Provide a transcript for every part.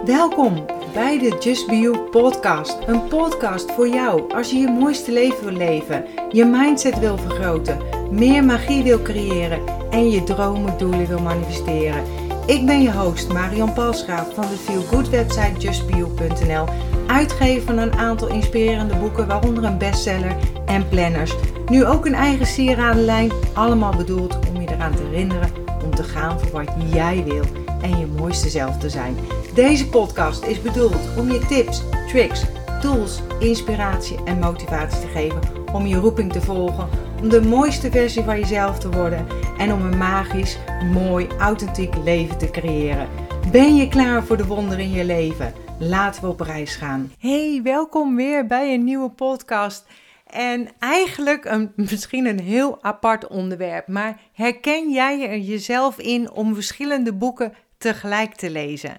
Welkom bij de Just Be You podcast. Een podcast voor jou als je je mooiste leven wil leven, je mindset wil vergroten, meer magie wil creëren en je dromen, doelen wil manifesteren. Ik ben je host Marion Palsgraaf van de Feel Good website justbeyou.nl, uitgever van een aantal inspirerende boeken, waaronder een bestseller en planners. Nu ook een eigen sieradenlijn, allemaal bedoeld om je eraan te herinneren om te gaan voor wat jij wil en je mooiste zelf te zijn. Deze podcast is bedoeld om je tips, tricks, tools, inspiratie en motivatie te geven om je roeping te volgen, om de mooiste versie van jezelf te worden en om een magisch, mooi, authentiek leven te creëren. Ben je klaar voor de wonderen in je leven? Laten we op reis gaan. Hey, welkom weer bij een nieuwe podcast. En eigenlijk misschien een heel apart onderwerp, maar herken jij er jezelf in om verschillende boeken tegelijk te lezen?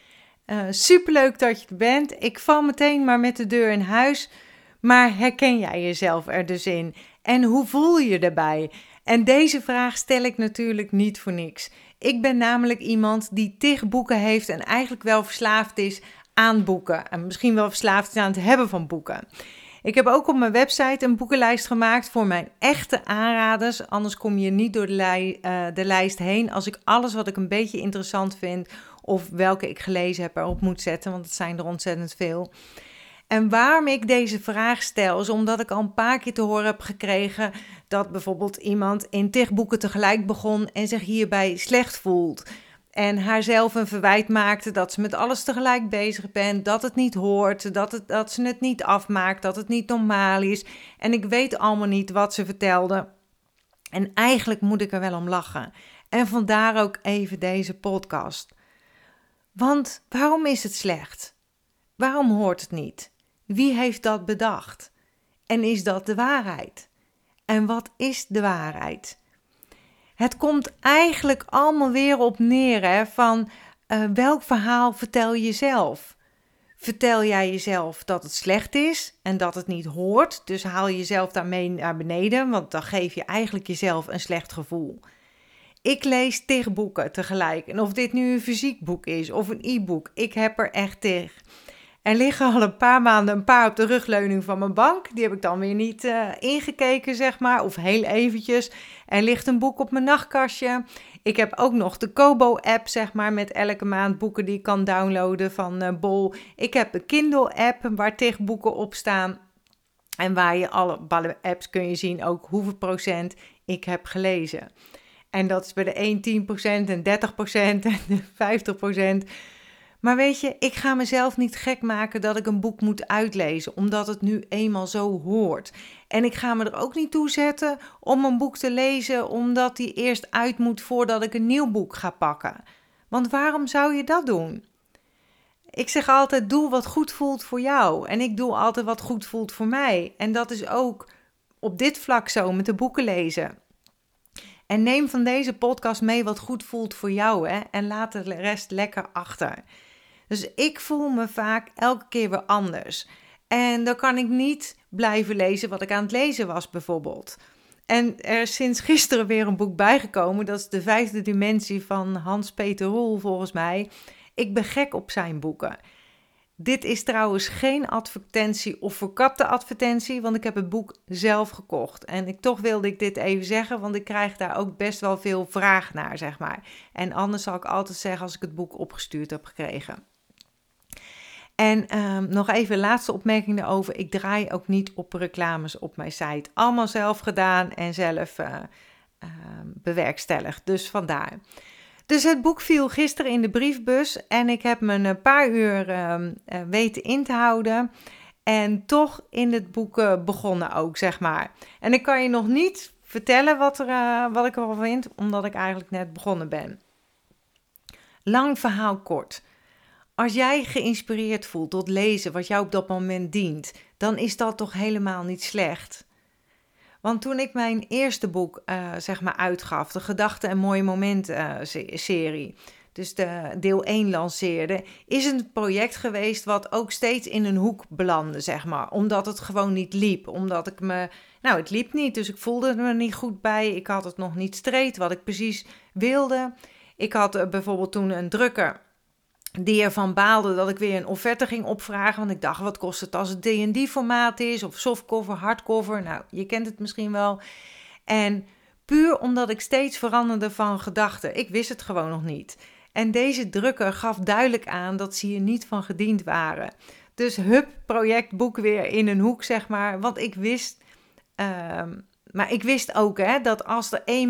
Superleuk dat je er bent. Ik val meteen maar met de deur in huis, maar herken jij jezelf er dus in? En hoe voel je je erbij? En deze vraag stel ik natuurlijk niet voor niks. Ik ben namelijk iemand die tig boeken heeft en eigenlijk wel verslaafd is aan boeken. En misschien wel verslaafd is aan het hebben van boeken. Ik heb ook op mijn website een boekenlijst gemaakt voor mijn echte aanraders. Anders kom je niet door de lijst heen als ik alles wat ik een beetje interessant vind of welke ik gelezen heb erop moet zetten, want het zijn er ontzettend veel. En waarom ik deze vraag stel is omdat ik al een paar keer te horen heb gekregen dat bijvoorbeeld iemand in tig boeken tegelijk begon en zich hierbij slecht voelt. En haarzelf een verwijt maakte dat ze met alles tegelijk bezig bent, dat het niet hoort, dat ze het niet afmaakt, dat het niet normaal is. En ik weet allemaal niet wat ze vertelde. En eigenlijk moet ik er wel om lachen. En vandaar ook even deze podcast. Want waarom is het slecht? Waarom hoort het niet? Wie heeft dat bedacht? En is dat de waarheid? En wat is de waarheid? Het komt eigenlijk allemaal weer op neer van welk verhaal vertel je zelf? Vertel jij jezelf dat het slecht is en dat het niet hoort? Dus haal je jezelf daarmee naar beneden, want dan geef je eigenlijk jezelf een slecht gevoel. Ik lees tig boeken tegelijk. En of dit nu een fysiek boek is of een e-book, ik heb er echt tig. Er liggen al een paar maanden een paar op de rugleuning van mijn bank. Die heb ik dan weer niet ingekeken, zeg maar. Of heel eventjes. Er ligt een boek op mijn nachtkastje. Ik heb ook nog de Kobo-app, zeg maar, met elke maand boeken die ik kan downloaden van Bol. Ik heb een Kindle-app waar tig boeken op staan. En waar je alle apps kun je zien ook hoeveel procent ik heb gelezen. En dat is bij de 1 10% en 30% en de 50%. Maar weet je, ik ga mezelf niet gek maken dat ik een boek moet uitlezen, omdat het nu eenmaal zo hoort. En ik ga me er ook niet toe zetten om een boek te lezen, omdat die eerst uit moet voordat ik een nieuw boek ga pakken. Want waarom zou je dat doen? Ik zeg altijd, doe wat goed voelt voor jou. En ik doe altijd wat goed voelt voor mij. En dat is ook op dit vlak zo met de boeken lezen. En neem van deze podcast mee wat goed voelt voor jou, hè? En laat de rest lekker achter. Dus ik voel me vaak elke keer weer anders. En dan kan ik niet blijven lezen wat ik aan het lezen was bijvoorbeeld. En er is sinds gisteren weer een boek bijgekomen. Dat is de 5e dimensie van Hans-Peter Roel volgens mij. Ik ben gek op zijn boeken. Dit is trouwens geen advertentie of verkapte advertentie, want ik heb het boek zelf gekocht. En toch wilde ik dit even zeggen, want ik krijg daar ook best wel veel vraag naar, zeg maar. En anders zal ik altijd zeggen als ik het boek opgestuurd heb gekregen. En nog even een laatste opmerking daarover. Ik draai ook niet op reclames op mijn site. Allemaal zelf gedaan en zelf bewerkstelligd. Dus vandaar. Dus het boek viel gisteren in de briefbus en ik heb me een paar uur weten in te houden. En toch in het boek begonnen ook, zeg maar. En ik kan je nog niet vertellen wat ik ervan vind, omdat ik eigenlijk net begonnen ben. Lang verhaal kort. Als jij geïnspireerd voelt tot lezen wat jou op dat moment dient, dan is dat toch helemaal niet slecht. Want toen ik mijn eerste boek zeg maar uitgaf, de Gedachten en Mooie Momenten serie, dus de deel 1 lanceerde, is het een project geweest wat ook steeds in een hoek belandde, zeg maar. Omdat het gewoon niet liep. Omdat het liep niet, dus ik voelde er me niet goed bij. Ik had het nog niet streed wat ik precies wilde. Ik had bijvoorbeeld toen een drukker die ervan baalde dat ik weer een offerte ging opvragen. Want ik dacht, wat kost het als het D&D formaat is? Of softcover, hardcover? Nou, je kent het misschien wel. En puur omdat ik steeds veranderde van gedachten. Ik wist het gewoon nog niet. En deze drukker gaf duidelijk aan dat ze hier niet van gediend waren. Dus projectboek weer in een hoek, zeg maar. Want ik wist... Maar ik wist ook dat als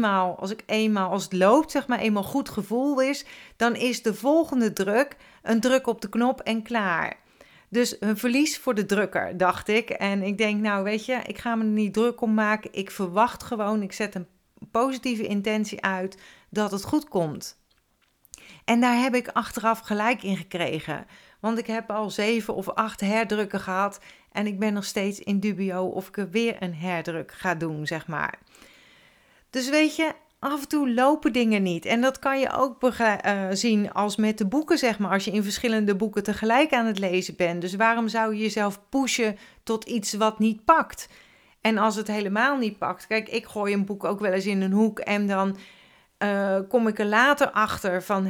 het loopt, zeg maar, eenmaal goed gevoel is, dan is de volgende druk een druk op de knop en klaar. Dus een verlies voor de drukker, dacht ik. En ik denk, nou weet je, ik ga me er niet druk om maken. Ik verwacht gewoon, ik zet een positieve intentie uit dat het goed komt. En daar heb ik achteraf gelijk in gekregen. Want ik heb al 7 of 8 herdrukken gehad. En ik ben nog steeds in dubio of ik er weer een herdruk ga doen, zeg maar. Dus weet je, af en toe lopen dingen niet. En dat kan je ook zien als met de boeken, zeg maar. Als je in verschillende boeken tegelijk aan het lezen bent. Dus waarom zou je jezelf pushen tot iets wat niet pakt? En als het helemaal niet pakt. Kijk, ik gooi een boek ook wel eens in een hoek. En dan kom ik er later achter van...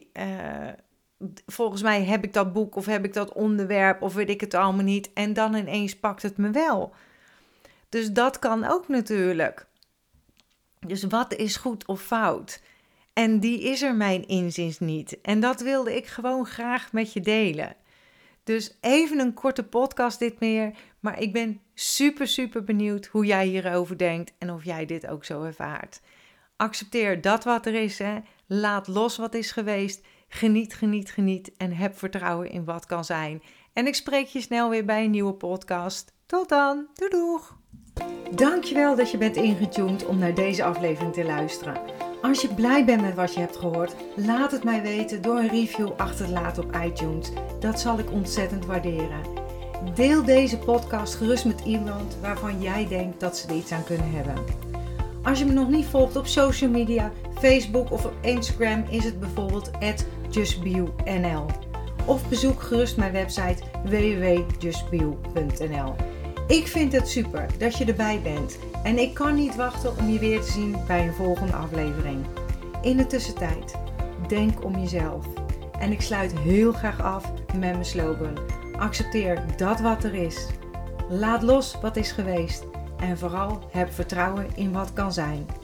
volgens mij heb ik dat boek of heb ik dat onderwerp of weet ik het allemaal niet. En dan ineens pakt het me wel. Dus dat kan ook natuurlijk. Dus wat is goed of fout? En die is er mijn inziens niet. En dat wilde ik gewoon graag met je delen. Dus even een korte podcast dit meer. Maar ik ben super benieuwd hoe jij hierover denkt en of jij dit ook zo ervaart. Accepteer dat wat er is. Laat los wat is geweest. Geniet en heb vertrouwen in wat kan zijn. En ik spreek je snel weer bij een nieuwe podcast. Tot dan, doeg! Dankjewel dat je bent ingetuned om naar deze aflevering te luisteren. Als je blij bent met wat je hebt gehoord, laat het mij weten door een review achter te laten op iTunes. Dat zal ik ontzettend waarderen. Deel deze podcast gerust met iemand waarvan jij denkt dat ze er iets aan kunnen hebben. Als je me nog niet volgt op social media, Facebook of op Instagram is het bijvoorbeeld @justbeyou.nl. Of bezoek gerust mijn website www.justbeyou.nl. Ik vind het super dat je erbij bent en ik kan niet wachten om je weer te zien bij een volgende aflevering. In de tussentijd, denk om jezelf. En ik sluit heel graag af met mijn slogan. Accepteer dat wat er is. Laat los wat is geweest. En vooral heb vertrouwen in wat kan zijn.